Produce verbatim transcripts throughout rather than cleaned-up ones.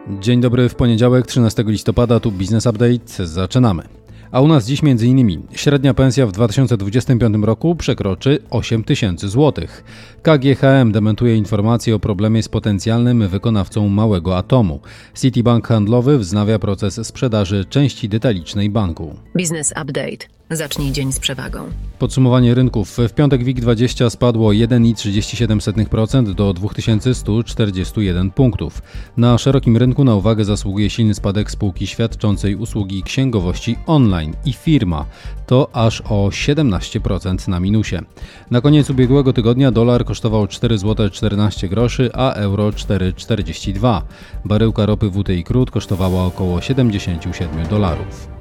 Dzień dobry, w poniedziałek trzynastego listopada, tu Business Update, zaczynamy. A u nas dziś między innymi średnia pensja w dwa tysiące dwudziestym piątym roku przekroczy osiem tysięcy złotych. K G H M dementuje informacje o problemie z potencjalnym wykonawcą małego atomu. Citibank Handlowy wznawia proces sprzedaży części detalicznej banku. Business Update. Zacznij dzień z przewagą. Podsumowanie rynków. W piątek WIG dwadzieścia spadło jeden przecinek trzydzieści siedem procent do dwa tysiące sto czterdzieści jeden punktów. Na szerokim rynku na uwagę zasługuje silny spadek spółki świadczącej usługi księgowości online i Firma. To aż o siedemnaście procent na minusie. Na koniec ubiegłego tygodnia dolar kosztował cztery złote czternaście groszy, a euro cztery czterdzieści dwa. Baryłka ropy W T I Crude kosztowała około siedemdziesiąt siedem dolarów.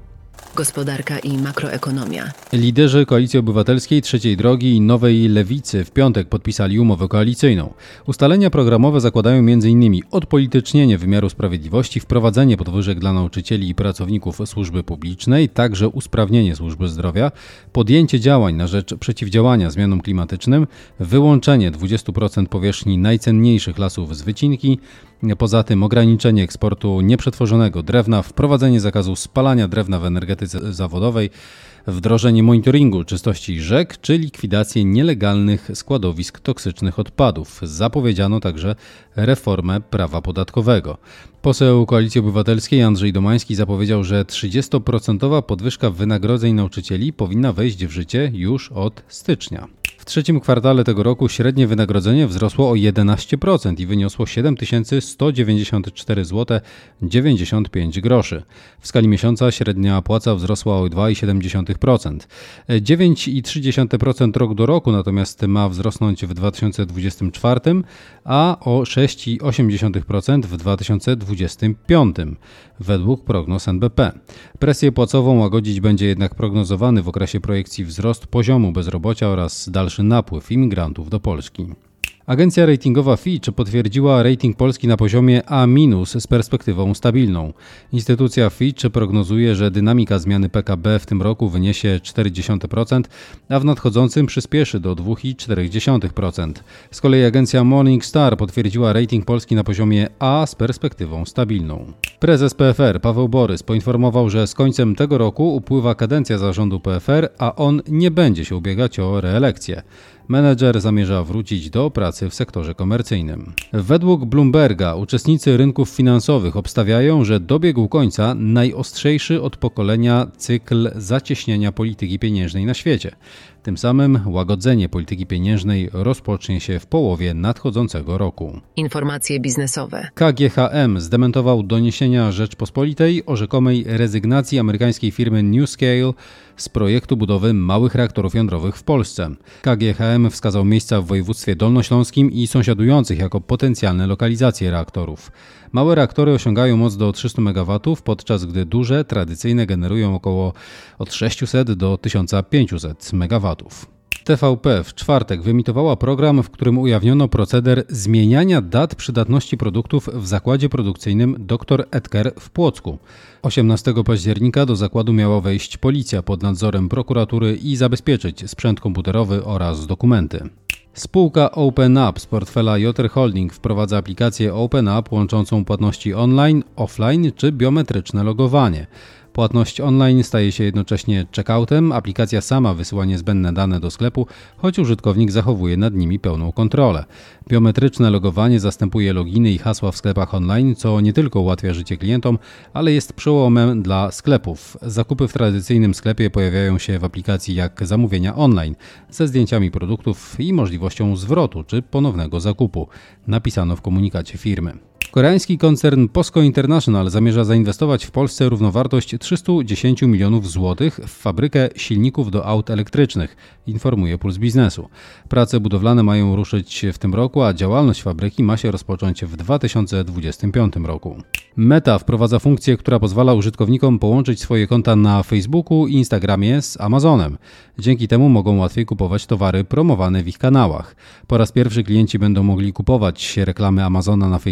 Gospodarka i makroekonomia. Liderzy Koalicji Obywatelskiej, Trzeciej Drogi i Nowej Lewicy w piątek podpisali umowę koalicyjną. Ustalenia programowe zakładają m in odpolitycznienie wymiaru sprawiedliwości, wprowadzenie podwyżek dla nauczycieli i pracowników służby publicznej, także usprawnienie służby zdrowia, podjęcie działań na rzecz przeciwdziałania zmianom klimatycznym, wyłączenie dwadzieścia procent powierzchni najcenniejszych lasów z wycinki, poza tym ograniczenie eksportu nieprzetworzonego drewna, wprowadzenie zakazu spalania drewna w energetyce zawodowej, wdrożenie monitoringu czystości rzek czy likwidację nielegalnych składowisk toksycznych odpadów. Zapowiedziano także reformę prawa podatkowego. Poseł Koalicji Obywatelskiej Andrzej Domański zapowiedział, że trzydziestoprocentowa podwyżka wynagrodzeń nauczycieli powinna wejść w życie już od stycznia. W trzecim kwartale tego roku średnie wynagrodzenie wzrosło o jedenaście procent i wyniosło siedem tysięcy sto dziewięćdziesiąt cztery złote dziewięćdziesiąt pięć groszy. W skali miesiąca średnia płaca wzrosła o dwa przecinek siedem procent. dziewięć przecinek trzy procent rok do roku natomiast ma wzrosnąć w dwa tysiące dwudziestym czwartym, a o sześć przecinek osiem procent w dwa tysiące dwudziestym piątym, według prognoz N B P. Presję płacową łagodzić będzie jednak prognozowany w okresie projekcji wzrost poziomu bezrobocia oraz dalszy napływ imigrantów do Polski. Agencja ratingowa Fitch potwierdziła rating Polski na poziomie A minus z perspektywą stabilną. Instytucja Fitch prognozuje, że dynamika zmiany P K B w tym roku wyniesie cztery przecinek pięć procent, a w nadchodzącym przyspieszy do dwa przecinek cztery procent. Z kolei agencja Morningstar potwierdziła rating Polski na poziomie A z perspektywą stabilną. Prezes P F R Paweł Borys poinformował, że z końcem tego roku upływa kadencja zarządu P F R, a on nie będzie się ubiegać o reelekcję. Menedżer zamierza wrócić do pracy w sektorze komercyjnym. Według Bloomberga uczestnicy rynków finansowych obstawiają, że dobiegł końca najostrzejszy od pokolenia cykl zacieśniania polityki pieniężnej na świecie. Tym samym łagodzenie polityki pieniężnej rozpocznie się w połowie nadchodzącego roku. Informacje biznesowe. K G H M zdementował doniesienia Rzeczpospolitej o rzekomej rezygnacji amerykańskiej firmy NuScale z projektu budowy małych reaktorów jądrowych w Polsce. K G H M wskazał miejsca w województwie dolnośląskim i sąsiadujących jako potencjalne lokalizacje reaktorów. Małe reaktory osiągają moc do trzystu megawatów, podczas gdy duże, tradycyjne generują około od sześciuset do tysiąc pięciuset megawatów. T V P w czwartek wyemitowała program, w którym ujawniono proceder zmieniania dat przydatności produktów w zakładzie produkcyjnym doktor Edker w Płocku. osiemnastego października do zakładu miała wejść policja pod nadzorem prokuratury i zabezpieczyć sprzęt komputerowy oraz dokumenty. Spółka OpenUp z portfela J R Holding wprowadza aplikację OpenUp łączącą płatności online, offline czy biometryczne logowanie. Płatność online staje się jednocześnie checkoutem, aplikacja sama wysyła niezbędne dane do sklepu, choć użytkownik zachowuje nad nimi pełną kontrolę. Biometryczne logowanie zastępuje loginy i hasła w sklepach online, co nie tylko ułatwia życie klientom, ale jest przełomem dla sklepów. Zakupy w tradycyjnym sklepie pojawiają się w aplikacji jak zamówienia online, ze zdjęciami produktów i możliwością zwrotu czy ponownego zakupu, napisano w komunikacie firmy. Koreański koncern POSCO International zamierza zainwestować w Polsce równowartość trzysta dziesięć milionów złotych w fabrykę silników do aut elektrycznych, informuje Puls Biznesu. Prace budowlane mają ruszyć w tym roku, a działalność fabryki ma się rozpocząć w dwa tysiące dwudziestym piątym roku. Meta wprowadza funkcję, która pozwala użytkownikom połączyć swoje konta na Facebooku i Instagramie z Amazonem. Dzięki temu mogą łatwiej kupować towary promowane w ich kanałach. Po raz pierwszy klienci będą mogli kupować reklamy Amazona na Facebooku i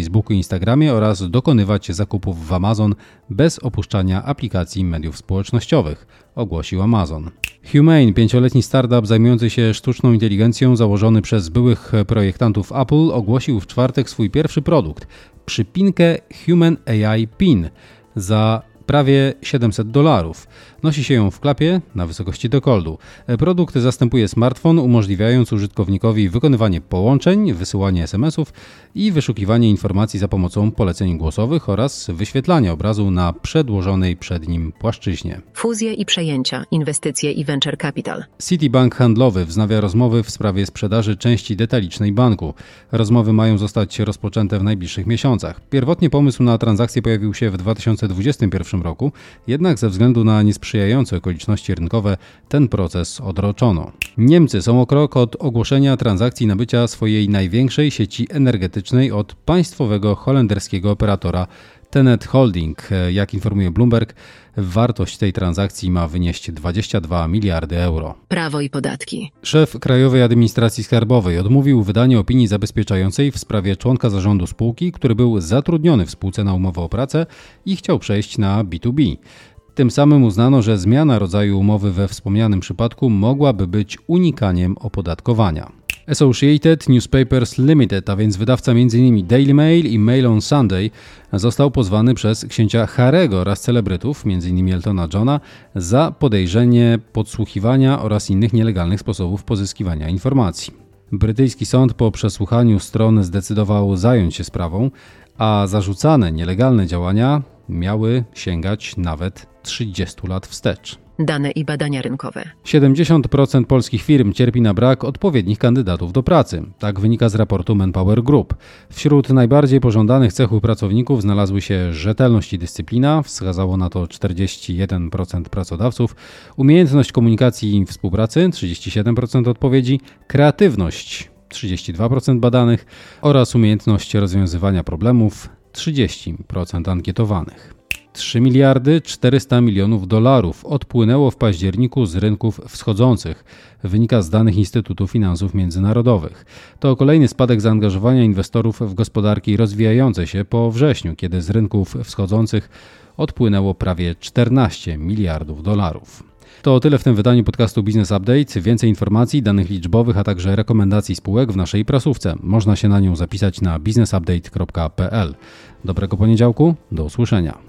Instagramie oraz dokonywać zakupów w Amazon bez opuszczania aplikacji mediów społecznościowych, ogłosił Amazon. Humane, pięcioletni startup zajmujący się sztuczną inteligencją założony przez byłych projektantów Apple, ogłosił w czwartek swój pierwszy produkt – przypinkę Human A I Pin za prawie siedemset dolarów. Nosi się ją w klapie na wysokości dekoldu. Produkt zastępuje smartfon, umożliwiając użytkownikowi wykonywanie połączeń, wysyłanie es em esów i wyszukiwanie informacji za pomocą poleceń głosowych oraz wyświetlanie obrazu na przedłożonej przed nim płaszczyźnie. Fuzje i przejęcia, inwestycje i venture capital. Citibank Handlowy wznawia rozmowy w sprawie sprzedaży części detalicznej banku. Rozmowy mają zostać rozpoczęte w najbliższych miesiącach. Pierwotnie pomysł na transakcję pojawił się w dwa tysiące dwudziestym pierwszym roku, jednak ze względu na niesprzyjające okoliczności rynkowe ten proces odroczono. Niemcy są o krok od ogłoszenia transakcji nabycia swojej największej sieci energetycznej od państwowego holenderskiego operatora Tenet Holding. Jak informuje Bloomberg, wartość tej transakcji ma wynieść dwadzieścia dwa miliardy euro. Prawo i podatki. Szef Krajowej Administracji Skarbowej odmówił wydania opinii zabezpieczającej w sprawie członka zarządu spółki, który był zatrudniony w spółce na umowę o pracę i chciał przejść na B dwa B. Tym samym uznano, że zmiana rodzaju umowy we wspomnianym przypadku mogłaby być unikaniem opodatkowania. Associated Newspapers Limited, a więc wydawca między innymi Daily Mail i Mail on Sunday, został pozwany przez księcia Harry'ego oraz celebrytów, między innymi Eltona Johna, za podejrzenie podsłuchiwania oraz innych nielegalnych sposobów pozyskiwania informacji. Brytyjski sąd po przesłuchaniu stron zdecydował zająć się sprawą, a zarzucane nielegalne działania miały sięgać nawet trzydziestu lat wstecz. Dane i badania rynkowe. siedemdziesiąt procent polskich firm cierpi na brak odpowiednich kandydatów do pracy. Tak wynika z raportu Manpower Group. Wśród najbardziej pożądanych cechów pracowników znalazły się rzetelność i dyscyplina, wskazało na to czterdzieści jeden procent pracodawców, umiejętność komunikacji i współpracy, trzydzieści siedem procent odpowiedzi, kreatywność, trzydzieści dwa procent badanych oraz umiejętność rozwiązywania problemów, trzydzieści procent ankietowanych. trzy miliardy czterysta milionów dolarów odpłynęło w październiku z rynków wschodzących, wynika z danych Instytutu Finansów Międzynarodowych. To kolejny spadek zaangażowania inwestorów w gospodarki rozwijające się po wrześniu, kiedy z rynków wschodzących odpłynęło prawie czternaście miliardów dolarów. To tyle w tym wydaniu podcastu Business Update. Więcej informacji, danych liczbowych, a także rekomendacji spółek w naszej prasówce. Można się na nią zapisać na biznes update kropka p l. Dobrego poniedziałku, do usłyszenia.